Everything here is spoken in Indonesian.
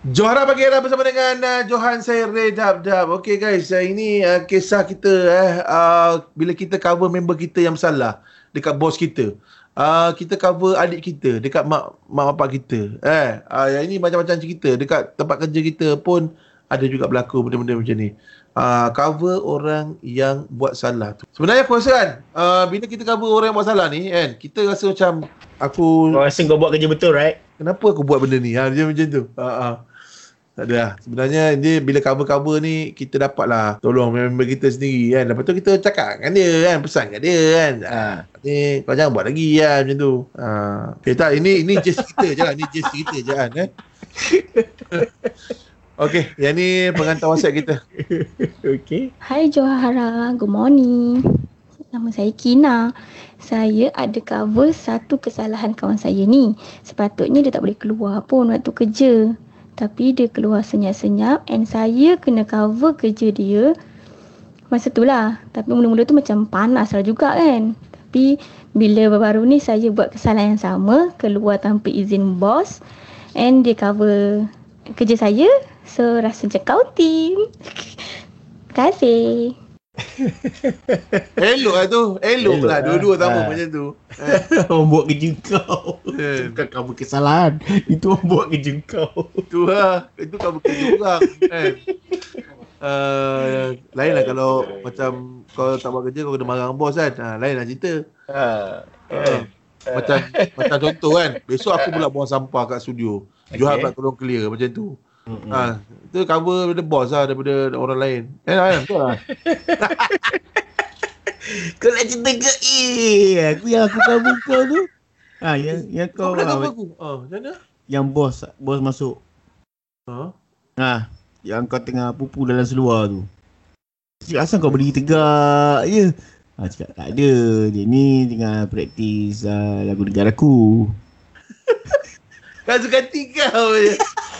Johara pagi era bersama dengan Johan, saya Ray Dab. Okay guys, ini kisah kita bila kita cover member kita yang bersalah dekat bos kita. Kita cover adik kita dekat mak bapak kita. Yang ini macam-macam cerita dekat tempat kerja kita pun ada juga berlaku benda-benda macam ni. Cover orang yang buat salah tu. Sebenarnya aku rasa kan, bila kita cover orang yang buat salah ni kan, kita rasa macam Kau rasa kau buat kerja betul, right? kenapa aku buat benda ni? Dia macam tu. Tak ada lah. Sebenarnya dia bila cover-cover ni kita dapat lah tolong member kita sendiri kan. Lepas tu kita cakap dengan dia kan, pesan kat dia kan. Ni kau jangan buat lagi kan macam tu. Okay tak, ini just cerita je lah. Ni just cerita je kan. Okay, yang ni pengantar WhatsApp kita. Okay. Hai Johara, good morning. Nama saya Kina. Saya ada cover satu kesalahan kawan saya ni. Sepatutnya dia tak boleh keluar pun waktu kerja. Tapi dia keluar senyap-senyap and saya kena cover kerja dia masa tu lah. Tapi mula-mula tu macam panas lah juga kan. Tapi bila baru-baru ni saya buat kesalahan yang sama, keluar tanpa izin bos and dia cover kerja saya. So rasa macam kau team. Terima kasih. Elok lah tu. Elok lah. Dua-dua sama macam tu. Orang buat kerja kau. Bukan kau berkesalahan. Itu orang buat kerja kau. Tu lah. Itu kau bekerja orang kan. Lain lah kalau macam kau tak buat kerja, kau kena marah dengan bos kan. Lain lah cerita. Macam contoh kan, besok aku pula buang sampah kat studio. Johan pula tolong clear macam tu. Itu cover daripada bos lah, daripada orang lain. Betul lah. Kau nak cerita ke? Aku yang aku cover kau tu. Yang kau nak cover aku? Macam mana? Yang bos masuk. Yang kau tengah pupu dalam seluar tu. Cakap asal kau berdiri tegak je. Cakap tak ada. Dia ni tengah praktis lagu negaraku. Kau suka hati kau je.